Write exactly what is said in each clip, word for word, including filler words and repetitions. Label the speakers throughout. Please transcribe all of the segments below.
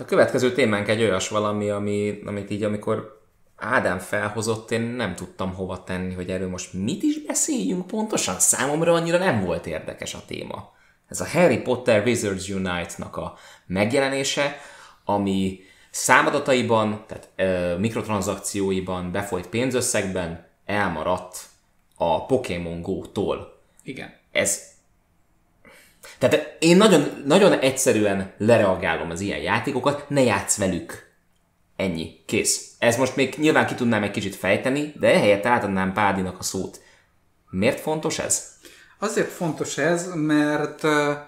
Speaker 1: a következő témánk egy olyas valami, ami, amit így amikor Ádám felhozott, én nem tudtam hova tenni, hogy erről most mit is beszéljünk pontosan. Számomra annyira nem volt érdekes a téma. Ez a Harry Potter Wizards Unite-nak a megjelenése, ami számadataiban, tehát ö, mikrotranszakcióiban, befolyt pénzösszegben elmaradt a Pokémon Go-tól.
Speaker 2: Igen.
Speaker 1: Ez... Tehát én nagyon, nagyon egyszerűen lereagálom az ilyen játékokat, ne játsz velük. Ennyi. Kész. Ez most még nyilván ki tudnám egy kicsit fejteni, de ehelyett átadnám Pádinak a szót. Miért fontos ez?
Speaker 2: Azért fontos ez, mert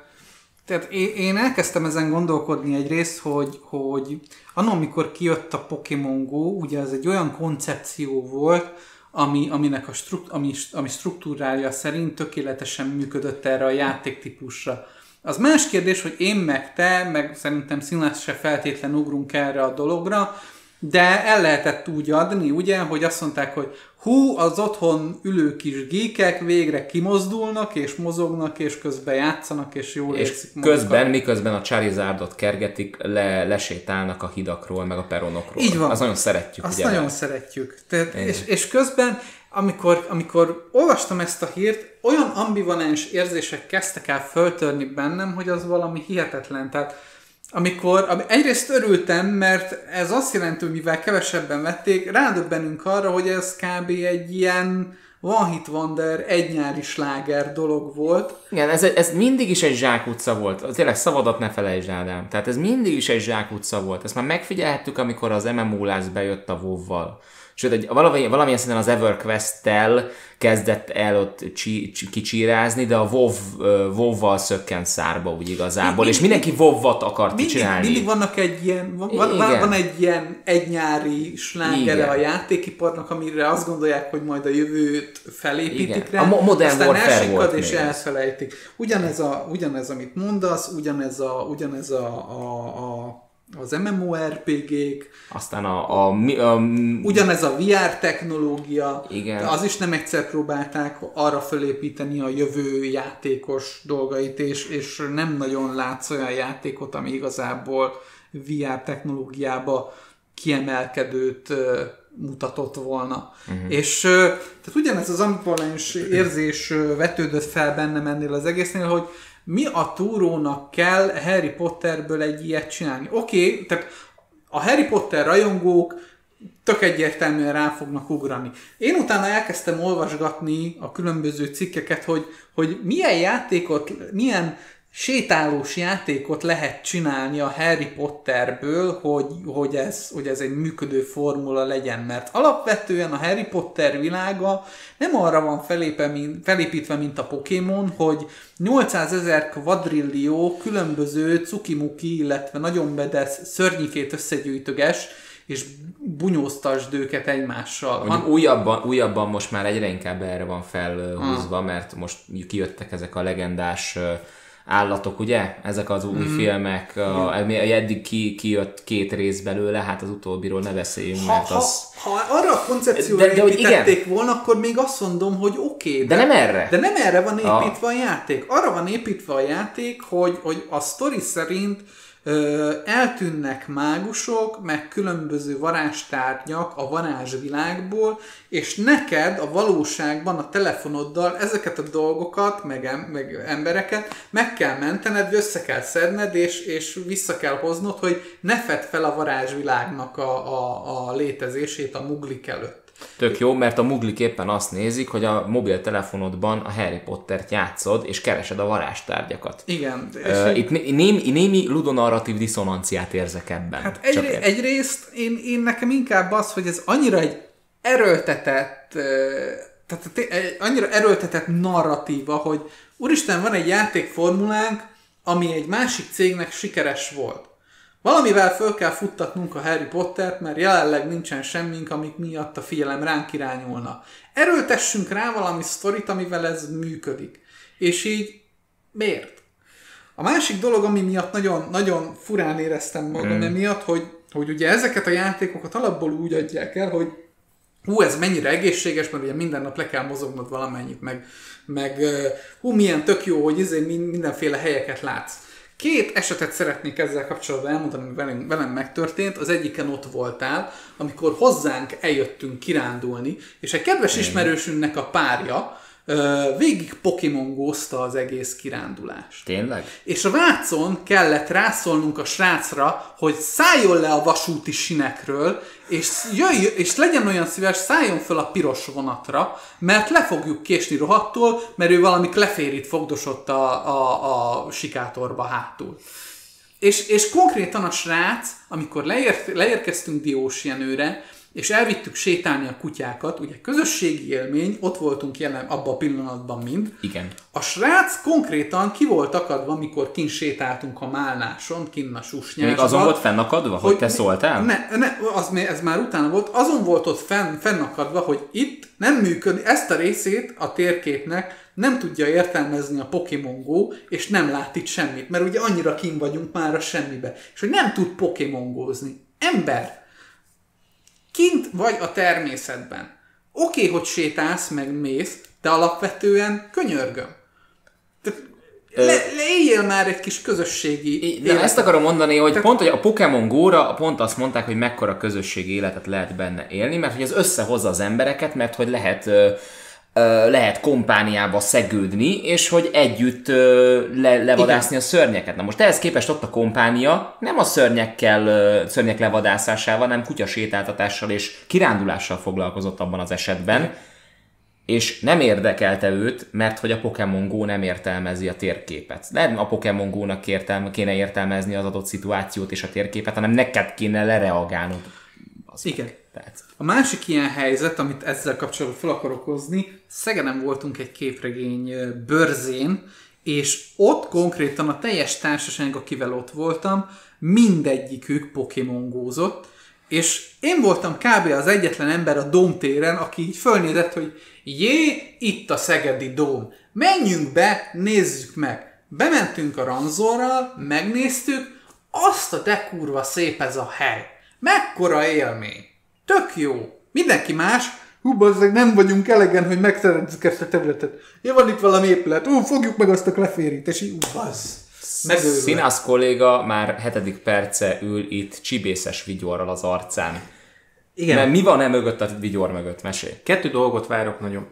Speaker 2: tehát én elkezdtem ezen gondolkodni egyrészt, hogy, hogy anno, amikor kijött a Pokémon Go, ugye ez egy olyan koncepció volt, ami, aminek a strukt, ami, ami struktúrája szerint tökéletesen működött erre a játéktípusra. Az más kérdés, hogy én meg te, meg szerintem Színlás se feltétlen ugrunk erre a dologra, de el lehetett úgy adni, ugye, hogy azt mondták, hogy hú, az otthon ülő kis geekek végre kimozdulnak, és mozognak, és közben játszanak, és jól
Speaker 1: és
Speaker 2: érzik
Speaker 1: közben,
Speaker 2: magukat.
Speaker 1: miközben a Charizardot kergetik, le, lesétálnak a hidakról, meg a peronokról.
Speaker 2: Így van.
Speaker 1: Azt nagyon szeretjük.
Speaker 2: Azt
Speaker 1: ugye,
Speaker 2: nagyon
Speaker 1: mert...
Speaker 2: szeretjük. Tehát, és, és közben, amikor, amikor olvastam ezt a hírt, olyan ambivalens érzések kezdtek el föltörni bennem, hogy az valami hihetetlen. Tehát amikor egyrészt örültem, mert ez azt jelenti, hogy mivel kevesebben vették, rádöbbenünk arra, hogy ez kb. Egy ilyen one hit wonder, egy nyári sláger dolog volt.
Speaker 1: Igen, ez, ez mindig is egy zsákutca volt. Tényleg szavadat ne felejtsd, Ádám. Tehát ez mindig is egy zsákutca volt. Ezt már megfigyelhettük, amikor az em em o lász bejött a WoW-val. Sőt, egy, valami, valamilyen szinten az EverQuest-tel kezdett el ott csi, csi, kicsírázni, de a WoW, uh, WoW-val szökkent szárba úgy igazából, mi, és mindenki WoW-ot akart
Speaker 2: mindig,
Speaker 1: csinálni.
Speaker 2: Mindig vannak egy ilyen, van, van, van egy ilyen egynyári slágere a játékiparnak, amire azt gondolják, hogy majd a jövőt felépítik
Speaker 1: Igen.
Speaker 2: rá,
Speaker 1: A Modern
Speaker 2: aztán
Speaker 1: Warfare volt
Speaker 2: és
Speaker 1: még
Speaker 2: elfelejtik. Ugyanez, a, ugyanez, amit mondasz, ugyanez, a, ugyanez a, a, a az em em o er pé gék,
Speaker 1: aztán a, a, a, a...
Speaker 2: ugyanez a vé er technológia,
Speaker 1: igen.
Speaker 2: Az is nem egyszer próbálták arra fölépíteni a jövő játékos dolgait, és, és nem nagyon látsz olyan játékot, ami igazából vé er technológiába kiemelkedőt mutatott volna. Uh-huh. És tehát ugyanez az ambivalens érzés vetődött fel bennem ennél az egésznél, hogy mi a túrónak kell Harry Potterből egy ilyet csinálni? Oké, okay, tehát a Harry Potter rajongók tök egyértelműen rá fognak ugrani. Én utána elkezdtem olvasgatni a különböző cikkeket, hogy, hogy milyen játékot, milyen sétálós játékot lehet csinálni a Harry Potterből, hogy, hogy, ez, hogy ez egy működő formula legyen, mert alapvetően a Harry Potter világa nem arra van felépítve, mint a Pokémon, hogy nyolcszázezer kvadrillió különböző cukimuki, illetve nagyon bedesz szörnyikét összegyűjtöges, és bunyóztasd őket egymással.
Speaker 1: Han... Újabban, újabban most már egyre inkább erre van felhúzva, ah. mert most kijöttek ezek a legendás állatok, ugye? Ezek az új mm. filmek, a, eddig ki, kijött két rész belőle, hát az utóbbiról ne beszéljünk,
Speaker 2: ha,
Speaker 1: mert az...
Speaker 2: Ha, ha arra a koncepcióra de, de, építették igen. volna, akkor még azt mondom, hogy oké. Okay,
Speaker 1: de, de nem erre.
Speaker 2: De nem erre van építve a, a játék. Arra van építve a játék, hogy, hogy a sztori szerint ö, eltűnnek mágusok, meg különböző varázstárgyak a varázsvilágból, és neked a valóságban a telefonoddal ezeket a dolgokat, meg, em, meg embereket meg kell mentened, össze kell szedned, és, és vissza kell hoznod, hogy ne fedd fel a varázsvilágnak a, a, a létezését a muglik előtt.
Speaker 1: Tök jó, mert a muglik éppen azt nézik, hogy a mobiltelefonodban a Harry Pottert játszod, és keresed a varázstárgyakat.
Speaker 2: Igen.
Speaker 1: Uh, itt némi, némi ludonarratív diszonanciát érzek ebben.
Speaker 2: Hát egy, egyrészt én, én nekem inkább az, hogy ez annyira egy erőltetett, tehát annyira erőltetett narratíva, hogy úristen, van egy játékformulánk, ami egy másik cégnek sikeres volt. Valamivel föl kell futtatnunk a Harry Pottert, mert jelenleg nincsen semmink, amik miatt a figyelem ránk irányulna. Erőltessünk rá valami sztorit, amivel ez működik. És így miért? A másik dolog, ami miatt nagyon, nagyon furán éreztem magam mm. emiatt, hogy, hogy ugye ezeket a játékokat alapból úgy adják el, hogy hú, ez mennyire egészséges, mert ugye minden nap le kell mozognod valamennyit, meg, meg hú, milyen tök jó, hogy izé mindenféle helyeket látsz. Két esetet szeretnék ezzel kapcsolatban elmondani, ami velem, velem megtörtént. Az egyiken ott voltál, amikor hozzánk eljöttünk kirándulni, és egy kedves
Speaker 1: Igen.
Speaker 2: ismerősünknek a párja végig Pokémon-gózta az egész kirándulást.
Speaker 1: Tényleg?
Speaker 2: És a Vácon kellett rászólnunk a srácra, hogy szálljon le a vasúti sinekről, és, jöjj, és legyen olyan szíves, szálljon föl a piros vonatra, mert le fogjuk késni rohadtól, mert ő valami kleférit fogdosott a, a, a sikátorba hátul. És, és konkrétan a srác, amikor leér, leérkeztünk Diósjenőre, és elvittük sétálni a kutyákat, ugye közösségi élmény, ott voltunk jelen abban a pillanatban mind.
Speaker 1: Igen.
Speaker 2: A srác konkrétan ki volt akadva, amikor kint sétáltunk a Málnáson, kinn a Susnyásban.
Speaker 1: Még azon volt fennakadva, hogy, hogy te szóltál?
Speaker 2: Ne, ne az, ez már utána volt. Azon volt ott fenn, fennakadva, hogy itt nem működik, ezt a részét a térképnek nem tudja értelmezni a Pokémon Go, és nem lát itt semmit, mert ugye annyira kint vagyunk már a semmibe. És hogy nem tud Pokémon Gózni. Ember! Kint vagy a természetben. Oké, okay, hogy sétálsz, meg mész, de alapvetően könyörgöm. Tehát le, leéljél már egy kis közösségi
Speaker 1: életet. Ezt akarom mondani, hogy Tehát... pont hogy a Pokémon Go-ra pont azt mondták, hogy mekkora közösségi életet lehet benne élni, mert hogy ez összehozza az embereket, mert hogy lehet... lehet kompániába szegődni, és hogy együtt le, levadászni Igen. a szörnyeket. Na most ehhez képest ott a kompánia nem a szörnyekkel, szörnyek levadászásával, hanem kutyasétáltatással és kirándulással foglalkozott abban az esetben, Igen. és nem érdekelte őt, mert hogy a Pokémon Go nem értelmezi a térképet. Nem a Pokémon Go-nak kéne értelmezni az adott szituációt és a térképet, hanem neked kéne lereagálnod. Az
Speaker 2: Igen. Meg. Tehát. A másik ilyen helyzet, amit ezzel kapcsolatban fel akarok hozni, Szegeden voltunk egy képregény börzén, és ott konkrétan a teljes társaság, akivel ott voltam, mindegyikük Pokémon Gózott, és én voltam kb. Az egyetlen ember a Dómtéren, aki így fölnézett, hogy jé, itt a szegedi Dóm, menjünk be, nézzük meg. Bementünk a Ranzorral, megnéztük, azt a de kurva szép ez a hely. Mekkora élmény. Tök jó. Mindenki más. Hú, bazzeg, nem vagyunk elegen, hogy megszerezzük ezt a területet. Ja, van itt valami épület. Hú, fogjuk meg azt a kleférit, és így, hú, bazz.
Speaker 1: Színász kolléga már hetedik perce ül itt csibészes vigyorral az arcán. Igen. Mert mi van e mögött a vigyor mögött? Mesélj.
Speaker 3: Kettő dolgot várok nagyon.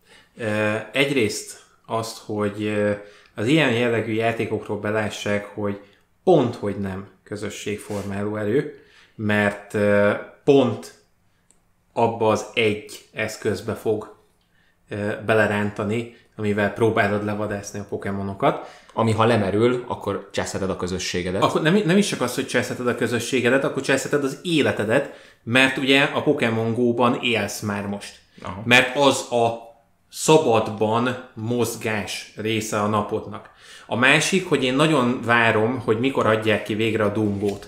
Speaker 3: Egyrészt azt, hogy az ilyen jellegű játékokról belássák, hogy pont, hogy nem közösségformáló erő, mert pont abba az egy eszközbe fog belerántani, amivel próbálod levadászni a pokémonokat.
Speaker 1: Ami ha lemerül, akkor cseszheted a közösségedet.
Speaker 3: Akkor nem, nem is csak az, hogy cseszheted a közösségedet, akkor cseszheted az életedet, mert ugye a Pokémon Go-ban élsz már most. Aha. Mert az a szabadban mozgás része a napodnak. A másik, hogy én nagyon várom, hogy mikor adják ki végre a Dumbo-t.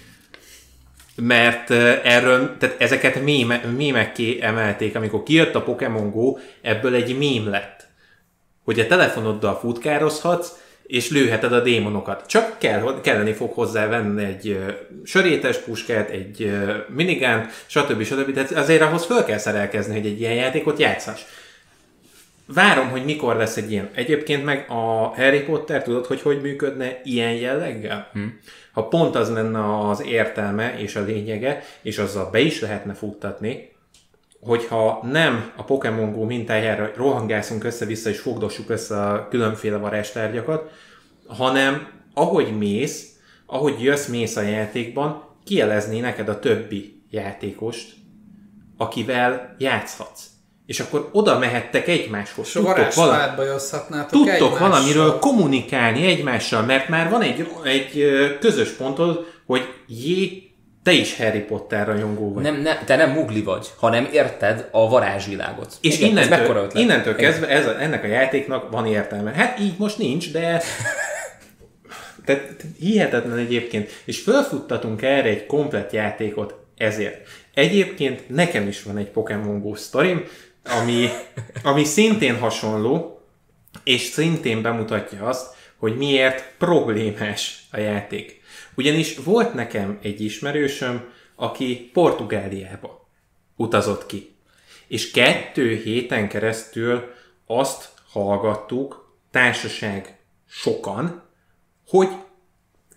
Speaker 3: Mert erről, tehát ezeket méme, mémekké emelték, amikor kijött a Pokémon Go, ebből egy mém lett. Hogy a telefonoddal futkározhatsz, és lőheted a démonokat. Csak kell, kelleni fog hozzá venni egy uh, sörétes puskát, egy uh, minigun, stb. stb. Tehát azért ahhoz föl kell szerelkezni, hogy egy ilyen játékot játszhass. Várom, hogy mikor lesz egy ilyen. Egyébként meg a Harry Potter, tudod, hogy hogy működne ilyen jelleggel? Hm. Ha pont az lenne az értelme és a lényege, és azzal be is lehetne futtatni, hogyha nem a Pokémon Go mintájára rohangászunk össze-vissza és fogdossuk össze a különféle varázstárgyakat, hanem ahogy mész, ahogy jössz, mész a játékban, kielezni neked a többi játékost, akivel játszhatsz. És akkor oda mehettek egymáshoz.
Speaker 2: És a varázsvárba jösszhatnátok egymással.
Speaker 3: Tudtok valamiről kommunikálni egymással, mert már van egy, egy közös pontod, hogy jé, te is Harry Potter rajongó vagy.
Speaker 1: Nem, nem, te nem mugli vagy, hanem érted a varázsvilágot.
Speaker 3: És igen, innentől, innentől kezdve ez a, ennek a játéknak van értelme. Hát így most nincs, de tehát hihetetlen egyébként. És felfuttatunk erre egy komplett játékot ezért. Egyébként nekem is van egy Pokémon Go sztorim, ami, ami szintén hasonló, és szintén bemutatja azt, hogy miért problémás a játék. Ugyanis volt nekem egy ismerősöm, aki Portugáliába utazott ki. És kettő héten keresztül azt hallgattuk, társaság sokan, hogy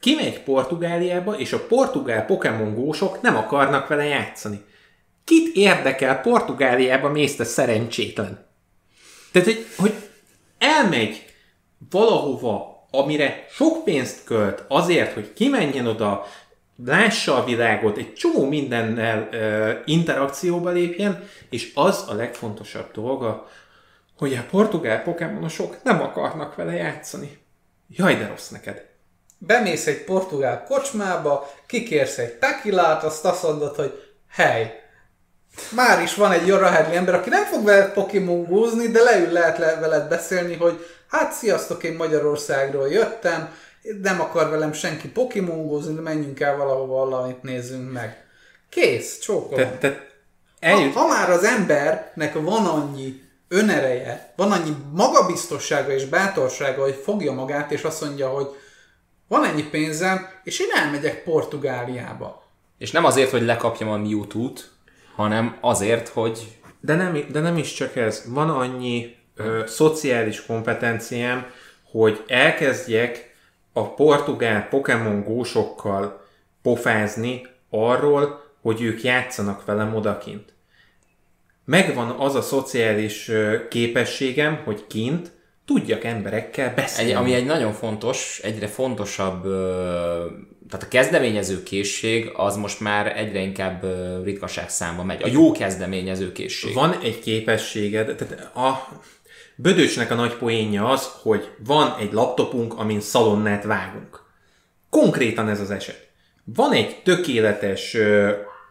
Speaker 3: kimegy Portugáliába, és a portugál Pokémon Go-sok nem akarnak vele játszani. Kit érdekel Portugáliába mész te szerencsétlen? Tehát, hogy, hogy elmegy valahova, amire sok pénzt költ azért, hogy kimenjen oda, lássa a világot, egy csomó mindennel ö, interakcióba lépjen, és az a legfontosabb dolga, hogy a portugál pokémonosok nem akarnak vele játszani. Jaj, de rossz neked.
Speaker 2: Bemész egy portugál kocsmába, kikérsz egy tekilát, azt azt mondod, hogy hely, már is van egy jorahedli ember, aki nem fog veled pokimongózni, de leül lehet le- veled beszélni, hogy hát sziasztok, én Magyarországról jöttem, nem akar velem senki pokimongózni, de menjünk el valahova, valamit nézzünk meg. Kész, csókolom.
Speaker 3: Te, te eljut...
Speaker 2: ha, ha már az embernek van annyi önereje, van annyi magabiztossága és bátorsága, hogy fogja magát, és azt mondja, hogy van ennyi pénzem, és én elmegyek Portugáliába.
Speaker 1: És nem azért, hogy lekapjam a Mewtwo-t, hanem azért, hogy...
Speaker 3: De nem, de nem is csak ez. Van annyi ö, szociális kompetenciám, hogy elkezdjek a portugál Pokémon Go-sokkal pofázni arról, hogy ők játszanak velem odakint. Megvan az a szociális ö, képességem, hogy kint tudjak emberekkel beszélni.
Speaker 1: Egy, ami egy nagyon fontos, egyre fontosabb, ö, tehát a kezdeményező készség az most már egyre inkább ö, ritkaság számba megy. A jó kezdeményező készség.
Speaker 3: Van egy képességed, tehát a Bödöcsnek a nagy poénja az, hogy van egy laptopunk, amin szalonnát vágunk. Konkrétan ez az eset. Van egy tökéletes ö,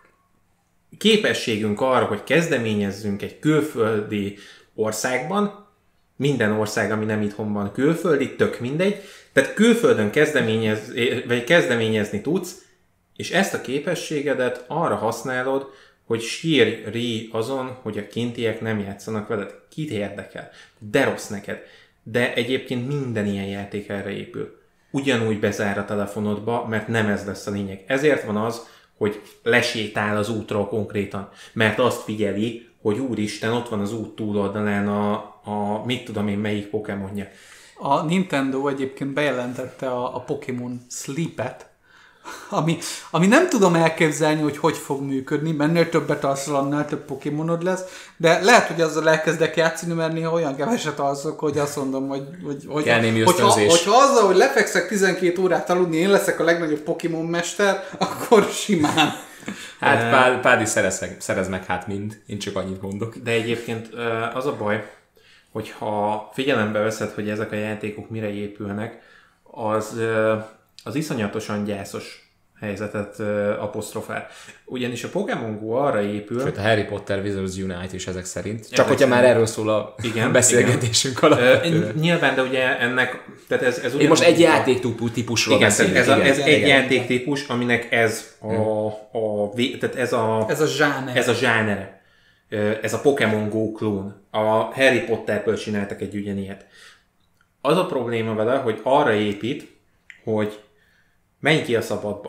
Speaker 3: képességünk arra, hogy kezdeményezzünk egy külföldi országban, minden ország, ami nem itthon van külföldi, tök mindegy, tehát külföldön kezdeményez, vagy kezdeményezni tudsz, és ezt a képességedet arra használod, hogy sírj, ríj azon, hogy a kintiek nem játszanak veled. Kit érdekel? De rossz neked. De egyébként minden ilyen játék erre épül. Ugyanúgy bezár a telefonodba, mert nem ez lesz a lényeg. Ezért van az, hogy lesétál az útról konkrétan, mert azt figyeli, hogy úristen, ott van az út túloldalán a, a mit tudom én melyik Pokémonja.
Speaker 2: A Nintendo egyébként bejelentette a, a Pokémon Sleep-et, ami, ami nem tudom elképzelni, hogy hogy fog működni, mennél többet alszol, annál több Pokémonod lesz, de lehet, hogy azzal elkezdek játszani, mert néha olyan keveset alszok, hogy azt mondom, hogy, hogy, hogy
Speaker 1: Kell némi
Speaker 2: hogyha,
Speaker 1: ösztönzés.
Speaker 2: hogyha azzal, hogy lefekszek tizenkét órát aludni, én leszek a legnagyobb Pokémon mester, akkor simán.
Speaker 1: Hát Pádi, Pádi szerez, szerez meg hát mind, én csak annyit mondok.
Speaker 3: De egyébként az a baj, hogyha figyelembe veszed, hogy ezek a játékok mire épülnek, az, az iszonyatosan gyászos helyzetet apostrofál. Ugyanis a Pokémon Go arra épül...
Speaker 1: Sőt, a Harry Potter Wizards Unite is ezek szerint. Csak
Speaker 3: ezek
Speaker 1: hogyha
Speaker 3: szerint.
Speaker 1: már erről szól a
Speaker 3: igen,
Speaker 1: beszélgetésünk
Speaker 3: igen.
Speaker 1: alatt.
Speaker 3: Nyilván, de ugye ennek... Tehát ez, ez
Speaker 1: Én most egy játéktípusról
Speaker 3: igen,
Speaker 1: beszélek.
Speaker 3: ez, a, ez
Speaker 1: igen,
Speaker 3: egy
Speaker 1: igen.
Speaker 3: játéktípus, aminek ez a, a, tehát ez a...
Speaker 2: Ez a zsáner.
Speaker 3: Ez a zsánere. Ez a Pokémon Go klón. A Harry Potterből csináltak egy ugyanilyet. Az a probléma vele, hogy arra épít, hogy menj ki a szabadba.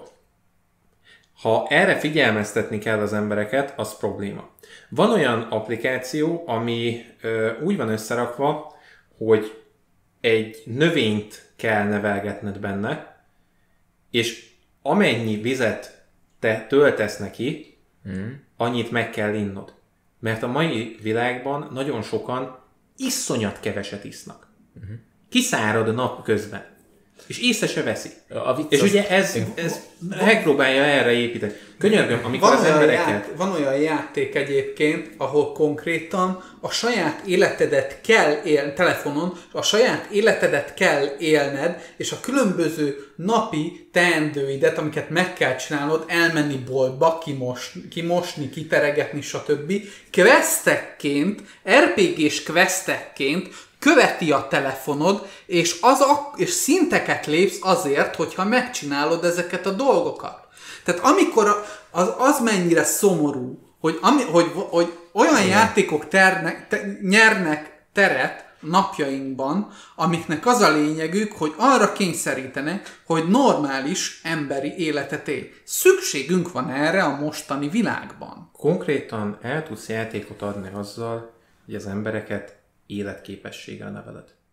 Speaker 3: Ha erre figyelmeztetni kell az embereket, az probléma. Van olyan applikáció, ami ö, úgy van összerakva, hogy egy növényt kell nevelgetned benne, és amennyi vizet te töltesz neki, mm. annyit meg kell innod. Mert a mai világban nagyon sokan iszonyat keveset isznak. Uh-huh. Kiszárad a nap közben. És észre se veszi. És az... ugye ez, ez megpróbálja erre építeni. Könyörgöm, amikor
Speaker 2: van
Speaker 3: az
Speaker 2: olyan
Speaker 3: embereket...
Speaker 2: Ját, van olyan játék egyébként, ahol konkrétan a saját életedet kell élni, telefonon, a saját életedet kell élned, és a különböző napi teendőidet, amiket meg kell csinálnod, elmenni boltba, kimos, kimosni, kiteregetni, stb. Questekként, er pé gés questekként követi a telefonod, és, az a, és szinteket lépsz azért, hogyha megcsinálod ezeket a dolgokat. Tehát amikor az, az mennyire szomorú, hogy, ami, hogy, hogy olyan igen. játékok ternek, te, nyernek teret napjainkban, amiknek az a lényegük, hogy arra kényszerítenek, hogy normális emberi életet él. Szükségünk van erre a mostani világban.
Speaker 3: Konkrétan el tudsz játékot adni azzal, hogy az embereket életképességgel neveled.